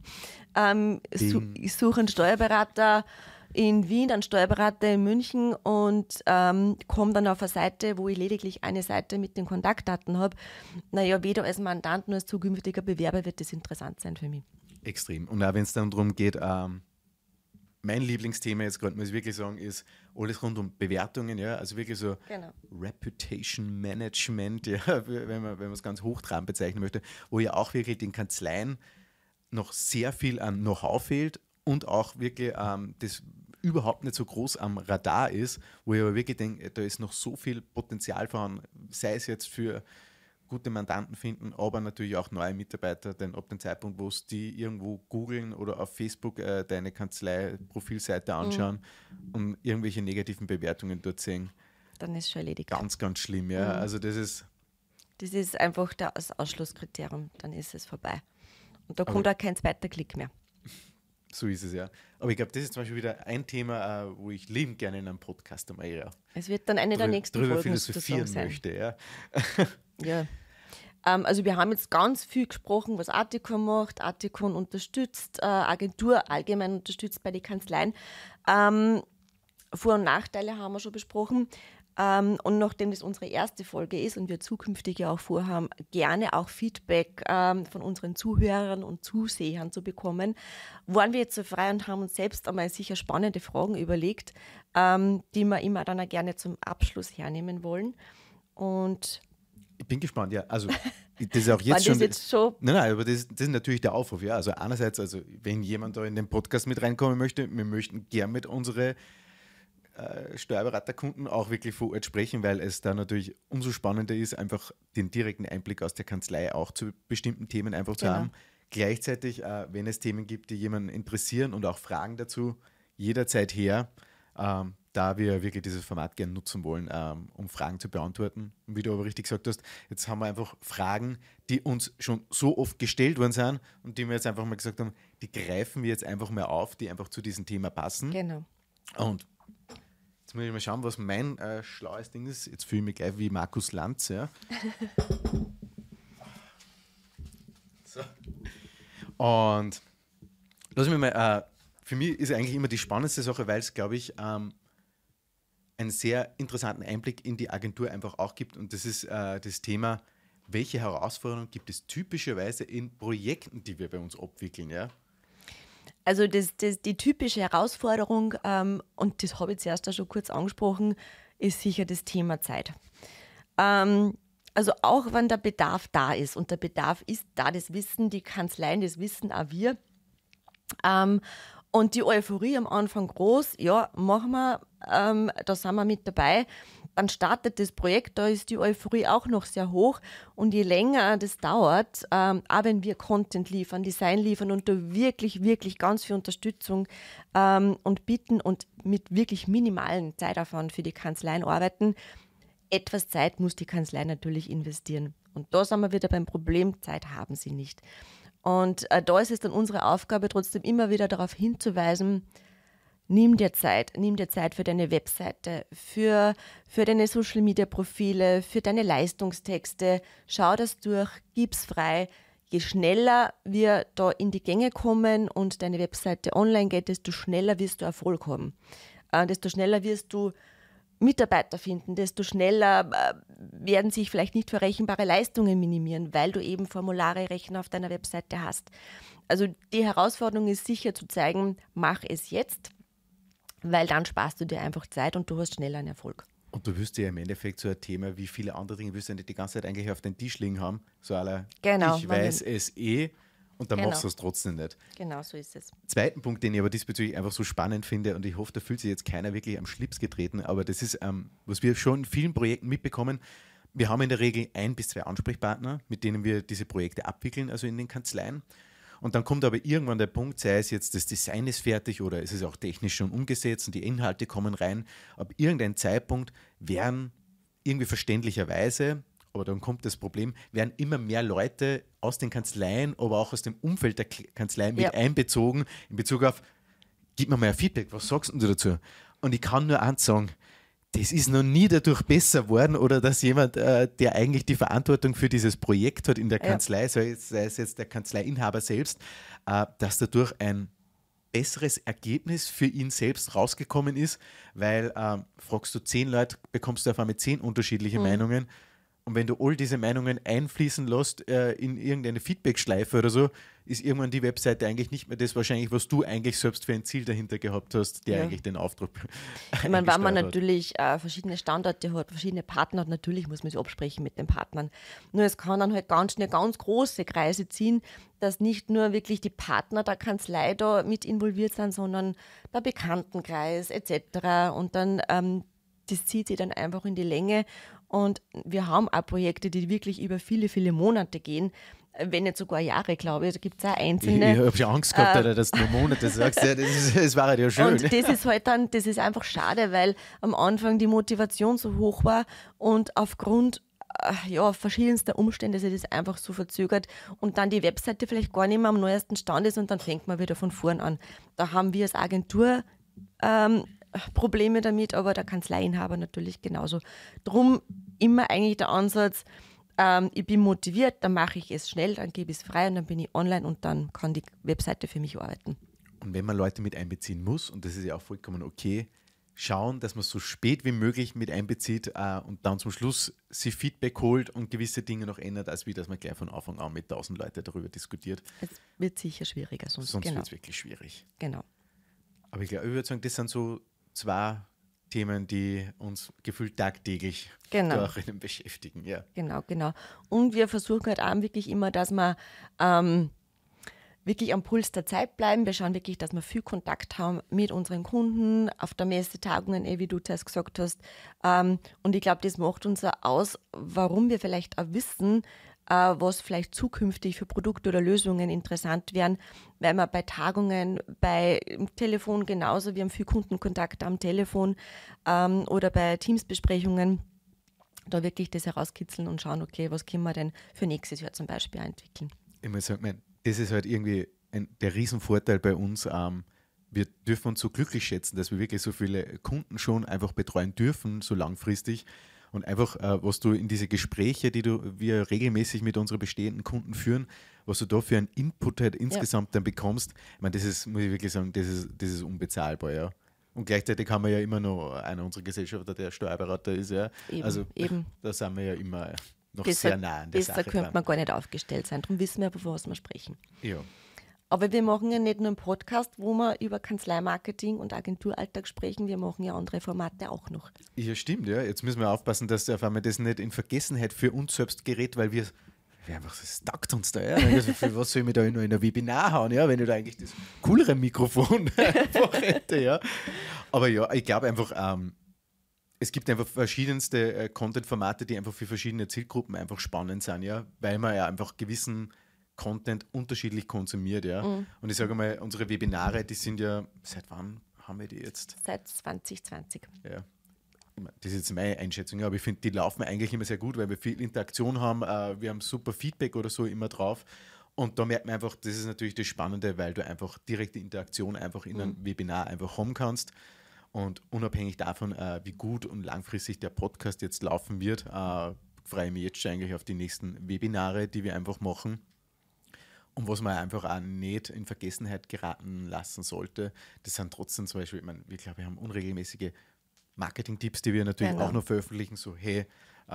ich suche einen Steuerberater in Wien, einen Steuerberater in München und komme dann auf eine Seite, wo ich lediglich eine Seite mit den Kontaktdaten habe. Naja, weder als Mandant noch als zukünftiger Bewerber wird das interessant sein für mich. Extrem. Und auch wenn es dann darum geht, mein Lieblingsthema jetzt gerade, muss ich wirklich sagen, ist alles rund um Bewertungen, ja, also wirklich so genau. Reputation Management, ja, wenn man es ganz hochtrabend bezeichnen möchte, wo ja auch wirklich den Kanzleien noch sehr viel an Know-how fehlt und auch wirklich das überhaupt nicht so groß am Radar ist, wo ich aber wirklich denke, da ist noch so viel Potenzial vorhanden, sei es jetzt für gute Mandanten finden, aber natürlich auch neue Mitarbeiter, denn ab dem Zeitpunkt, wo es die irgendwo googeln oder auf Facebook deine Kanzlei-Profilseite anschauen und irgendwelche negativen Bewertungen dort sehen, dann ist es schon erledigt. Ganz, ganz schlimm, ja. Also das ist einfach das Ausschlusskriterium, dann ist es vorbei. Und da kommt auch kein zweiter Klick mehr. So ist es, ja. Aber ich glaube, das ist zum Beispiel wieder ein Thema, wo ich liebend gerne in einem Podcast einmal es wird dann eine der nächsten Folgen philosophieren möchte, ja. Ja. Also wir haben jetzt ganz viel gesprochen, was Articon macht. Articon unterstützt, Agentur allgemein unterstützt bei den Kanzleien. Vor- und Nachteile haben wir schon besprochen. Und nachdem das unsere erste Folge ist und wir zukünftig ja auch vorhaben, gerne auch Feedback von unseren Zuhörern und Zusehern zu bekommen, waren wir jetzt so frei und haben uns selbst einmal sicher spannende Fragen überlegt, die wir immer dann auch gerne zum Abschluss hernehmen wollen. Und ich bin gespannt, ja. Also, das ist auch jetzt schon. Nein, aber das ist natürlich der Aufruf, ja. Also, einerseits, also, wenn jemand da in den Podcast mit reinkommen möchte, wir möchten gern mit unseren Steuerberaterkunden auch wirklich vor Ort sprechen, weil es da natürlich umso spannender ist, einfach den direkten Einblick aus der Kanzlei auch zu bestimmten Themen einfach zu haben. Gleichzeitig, wenn es Themen gibt, die jemanden interessieren und auch Fragen dazu, jederzeit her, da wir wirklich dieses Format gerne nutzen wollen, um Fragen zu beantworten. Und wie du aber richtig gesagt hast, jetzt haben wir einfach Fragen, die uns schon so oft gestellt worden sind und die wir jetzt einfach mal gesagt haben, die greifen wir jetzt einfach mal auf, die einfach zu diesem Thema passen. Genau. Und jetzt muss ich mal schauen, was mein schlaues Ding ist. Jetzt fühle ich mich gleich wie Markus Lanz. Ja. So. Und lass mich mal, für mich ist eigentlich immer die spannendste Sache, weil es, glaube ich, einen sehr interessanten Einblick in die Agentur einfach auch gibt. Und das ist das Thema, welche Herausforderungen gibt es typischerweise in Projekten, die wir bei uns abwickeln, ja? Also die typische Herausforderung, und das habe ich zuerst auch schon kurz angesprochen, ist sicher das Thema Zeit. Also auch wenn der Bedarf da ist und der Bedarf ist da, das wissen die Kanzleien, das wissen auch wir. Und die Euphorie am Anfang groß, ja, machen wir, da sind wir mit dabei. Dann startet das Projekt, da ist die Euphorie auch noch sehr hoch. Und je länger das dauert, auch wenn wir Content liefern, Design liefern und da wirklich, wirklich ganz viel Unterstützung und bieten und mit wirklich minimalen Zeitaufwand für die Kanzleien arbeiten, etwas Zeit muss die Kanzlei natürlich investieren. Und da sind wir wieder beim Problem, Zeit haben sie nicht. Und da ist es dann unsere Aufgabe, trotzdem immer wieder darauf hinzuweisen, nimm dir Zeit für deine Webseite, für deine Social-Media-Profile, für deine Leistungstexte. Schau das durch, gib's frei. Je schneller wir da in die Gänge kommen und deine Webseite online geht, desto schneller wirst du Erfolg haben. Desto schneller wirst du Mitarbeiter finden, desto schneller werden sich vielleicht nicht verrechenbare Leistungen minimieren, weil du eben Formulare, Rechner auf deiner Webseite hast. Also die Herausforderung ist sicher zu zeigen, mach es jetzt, weil dann sparst du dir einfach Zeit und du hast schneller einen Erfolg. Und du wirst ja im Endeffekt so ein Thema wie viele andere Dinge, wirst du ja nicht die ganze Zeit eigentlich auf den Tisch liegen haben, so aller, genau, ich weiß es und dann machst du es trotzdem nicht. Genau, so ist es. Zweiten Punkt, den ich aber diesbezüglich einfach so spannend finde und ich hoffe, da fühlt sich jetzt keiner wirklich am Schlips getreten, aber das ist, was wir schon in vielen Projekten mitbekommen, wir haben in der Regel 1 bis 2 Ansprechpartner, mit denen wir diese Projekte abwickeln, also in den Kanzleien. Und dann kommt aber irgendwann der Punkt, sei es jetzt das Design ist fertig oder es ist auch technisch schon umgesetzt und die Inhalte kommen rein. Ab irgendeinem Zeitpunkt werden irgendwie verständlicherweise, aber dann kommt das Problem, werden immer mehr Leute aus den Kanzleien, aber auch aus dem Umfeld der Kanzlei mit einbezogen, in Bezug auf, gib mir mal ein Feedback, was sagst du dazu? Und ich kann nur eins sagen, das ist noch nie dadurch besser worden oder dass jemand, der eigentlich die Verantwortung für dieses Projekt hat in der Kanzlei, sei es jetzt der Kanzleiinhaber selbst, dass dadurch ein besseres Ergebnis für ihn selbst rausgekommen ist, weil fragst du 10 Leute, bekommst du auf einmal 10 unterschiedliche Meinungen. Und wenn du all diese Meinungen einfließen lässt in irgendeine Feedback-Schleife oder so, ist irgendwann die Webseite eigentlich nicht mehr das wahrscheinlich, was du eigentlich selbst für ein Ziel dahinter gehabt hast, der eigentlich den Auftrag ich meine, wenn man natürlich verschiedene Standorte hat, verschiedene Partner hat, natürlich muss man sich absprechen mit den Partnern. Nur es kann dann halt ganz schnell ganz große Kreise ziehen, dass nicht nur wirklich die Partner der Kanzlei da mit involviert sind, sondern der Bekanntenkreis etc. Und dann das zieht sich dann einfach in die Länge. Und wir haben auch Projekte, die wirklich über viele, viele Monate gehen, wenn nicht sogar Jahre, glaube ich. Da gibt es auch einzelne. Ich habe schon Angst gehabt, dass du nur Monate sagst. Ja, das war ja schön. Und das ist halt dann, das ist einfach schade, weil am Anfang die Motivation so hoch war und aufgrund verschiedenster Umstände sich das einfach so verzögert und dann die Webseite vielleicht gar nicht mehr am neuesten Stand ist und dann fängt man wieder von vorn an. Da haben wir als Agentur Probleme damit, aber der Kanzleiinhaber natürlich genauso. Drum immer eigentlich der Ansatz, ich bin motiviert, dann mache ich es schnell, dann gebe ich es frei und dann bin ich online und dann kann die Webseite für mich arbeiten. Und wenn man Leute mit einbeziehen muss, und das ist ja auch vollkommen okay, schauen, dass man so spät wie möglich mit einbezieht und dann zum Schluss sich Feedback holt und gewisse Dinge noch ändert, als wie dass man gleich von Anfang an mit 1000 Leuten darüber diskutiert. Es wird sicher schwieriger sonst. Sonst wird es wirklich schwierig. Genau. Aber ich glaube, ich würde sagen, das sind so 2 Themen, die uns gefühlt tagtäglich darin beschäftigen. Ja. Genau. Und wir versuchen halt auch wirklich immer, dass wir wirklich am Puls der Zeit bleiben. Wir schauen wirklich, dass wir viel Kontakt haben mit unseren Kunden, auf der Messetagungen, wie du zuerst gesagt hast. Und ich glaube, das macht uns auch aus, warum wir vielleicht auch wissen, was vielleicht zukünftig für Produkte oder Lösungen interessant wären, weil wir bei Tagungen, bei Telefon genauso, wir haben viel Kundenkontakt am Telefon oder bei Teamsbesprechungen, da wirklich das herauskitzeln und schauen, okay, was können wir denn für nächstes Jahr zum Beispiel entwickeln. Ich muss sagen, das ist halt irgendwie der Riesenvorteil bei uns. Wir dürfen uns so glücklich schätzen, dass wir wirklich so viele Kunden schon einfach betreuen dürfen, so langfristig. Und einfach, was du in diese Gespräche, die wir regelmäßig mit unseren bestehenden Kunden führen, was du da für einen Input halt insgesamt dann bekommst, ich meine, das ist, muss ich wirklich sagen, das ist unbezahlbar, ja. Und gleichzeitig haben wir ja immer noch einer unserer Gesellschafter, der Steuerberater ist, ja. Eben. Da sind wir ja immer noch Besser, sehr nah an der Sache besser könnte man gar nicht aufgestellt sein. Darum wissen wir, über was wir sprechen. Ja. Aber wir machen ja nicht nur einen Podcast, wo wir über Kanzleimarketing und Agenturalltag sprechen, wir machen ja andere Formate auch noch. Ja, stimmt, ja. Jetzt müssen wir aufpassen, dass auf einmal das nicht in Vergessenheit für uns selbst gerät, weil wir einfach, das taugt uns da, ja. Also, was soll ich mir da noch in ein Webinar hauen, ja, wenn ich da eigentlich das coolere Mikrofon einfach hätte, ja. Aber ja, ich glaube einfach, es gibt einfach verschiedenste Content-Formate, die einfach für verschiedene Zielgruppen einfach spannend sind, ja, weil man ja einfach gewissen Content unterschiedlich konsumiert, ja. Und ich sage mal, unsere Webinare, die sind ja, seit wann haben wir die jetzt? Seit 2020. Ja. Das ist jetzt meine Einschätzung, aber ich finde, die laufen eigentlich immer sehr gut, weil wir viel Interaktion haben, wir haben super Feedback oder so immer drauf. Und da merkt man einfach, das ist natürlich das Spannende, weil du einfach direkte Interaktion einfach in einem Webinar einfach haben kannst. Und unabhängig davon, wie gut und langfristig der Podcast jetzt laufen wird, freue ich mich jetzt schon eigentlich auf die nächsten Webinare, die wir einfach machen. Und was man einfach auch nicht in Vergessenheit geraten lassen sollte, das sind trotzdem zum Beispiel, ich meine, wir haben unregelmäßige Marketing-Tipps, die wir natürlich auch noch veröffentlichen, so hey,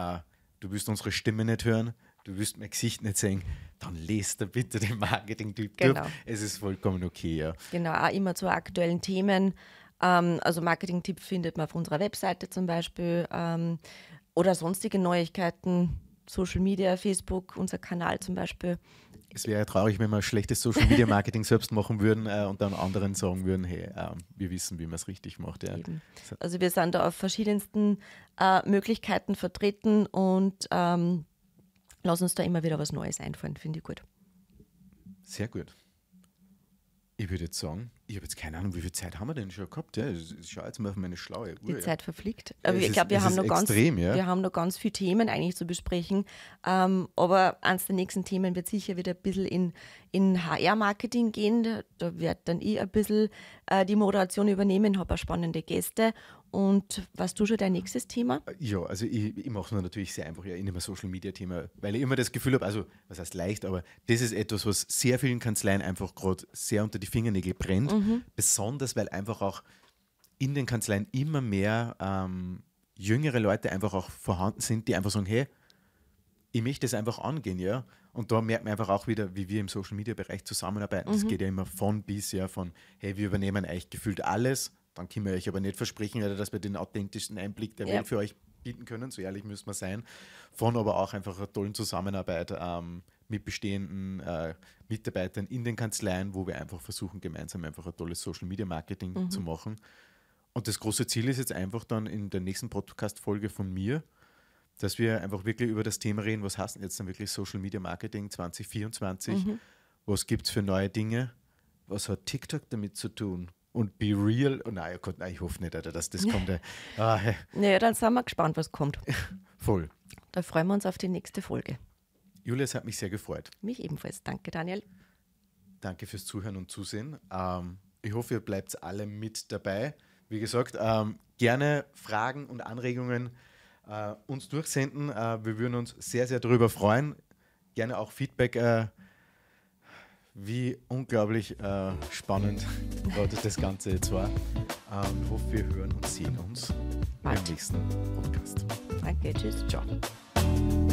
du willst unsere Stimme nicht hören, du willst mein Gesicht nicht sehen, dann lest da bitte den Marketing-Tipp durch. Es ist vollkommen okay, ja. Genau, auch immer zu aktuellen Themen. Also Marketing-Tipp findet man auf unserer Webseite zum Beispiel oder sonstige Neuigkeiten, Social Media, Facebook, unser Kanal zum Beispiel. Es wäre traurig, wenn wir schlechtes Social Media Marketing selbst machen würden und dann anderen sagen würden, hey, wir wissen, wie man es richtig macht. Ja. Also wir sind da auf verschiedensten Möglichkeiten vertreten und lassen uns da immer wieder was Neues einfallen, finde ich gut. Sehr gut. Ich würde jetzt sagen, ich habe jetzt keine Ahnung, wie viel Zeit haben wir denn schon gehabt? Ja, ich schaue jetzt mal auf meine schlaue Uhr. Die Zeit verfliegt. Aber ich glaube, wir haben noch ganz viele Themen eigentlich zu besprechen. Aber eines der nächsten Themen wird sicher wieder ein bisschen in HR-Marketing gehen. Da werde dann ich ein bisschen die Moderation übernehmen, habe auch spannende Gäste. Und was du schon dein nächstes Thema? Ja, also ich mache es mir natürlich sehr einfach, in einem Social-Media-Thema, weil ich immer das Gefühl habe, also was heißt leicht, aber das ist etwas, was sehr vielen Kanzleien einfach gerade sehr unter die Fingernägel brennt, besonders weil einfach auch in den Kanzleien immer mehr jüngere Leute einfach auch vorhanden sind, die einfach sagen, hey, ich möchte das einfach angehen, ja. Und da merkt man einfach auch wieder, wie wir im Social-Media-Bereich zusammenarbeiten. Das geht ja immer von bis, ja, von, hey, wir übernehmen eigentlich gefühlt alles. Dann können wir euch aber nicht versprechen, dass wir den authentischsten Einblick der Welt für euch bieten können, so ehrlich müssen wir sein. Von aber auch einfach einer tollen Zusammenarbeit mit bestehenden Mitarbeitern in den Kanzleien, wo wir einfach versuchen, gemeinsam einfach ein tolles Social-Media-Marketing zu machen. Und das große Ziel ist jetzt einfach dann in der nächsten Podcast-Folge von mir, dass wir einfach wirklich über das Thema reden, was heißt denn jetzt dann wirklich Social-Media-Marketing 2024? Was gibt es für neue Dinge? Was hat TikTok damit zu tun? Und Be Real, oh nein, Gott, nein, ich hoffe nicht, Alter, dass das kommt. Naja, dann sind wir gespannt, was kommt. Voll. Da freuen wir uns auf die nächste Folge. Julia, es hat mich sehr gefreut. Mich ebenfalls. Danke, Daniel. Danke fürs Zuhören und Zusehen. Ich hoffe, ihr bleibt alle mit dabei. Wie gesagt, gerne Fragen und Anregungen uns durchsenden. Wir würden uns sehr, sehr darüber freuen. Gerne auch Feedback, wie unglaublich spannend gerade das Ganze jetzt war. Ich hoffe, wir hören und sehen uns beim nächsten Podcast. Danke, tschüss. Ciao.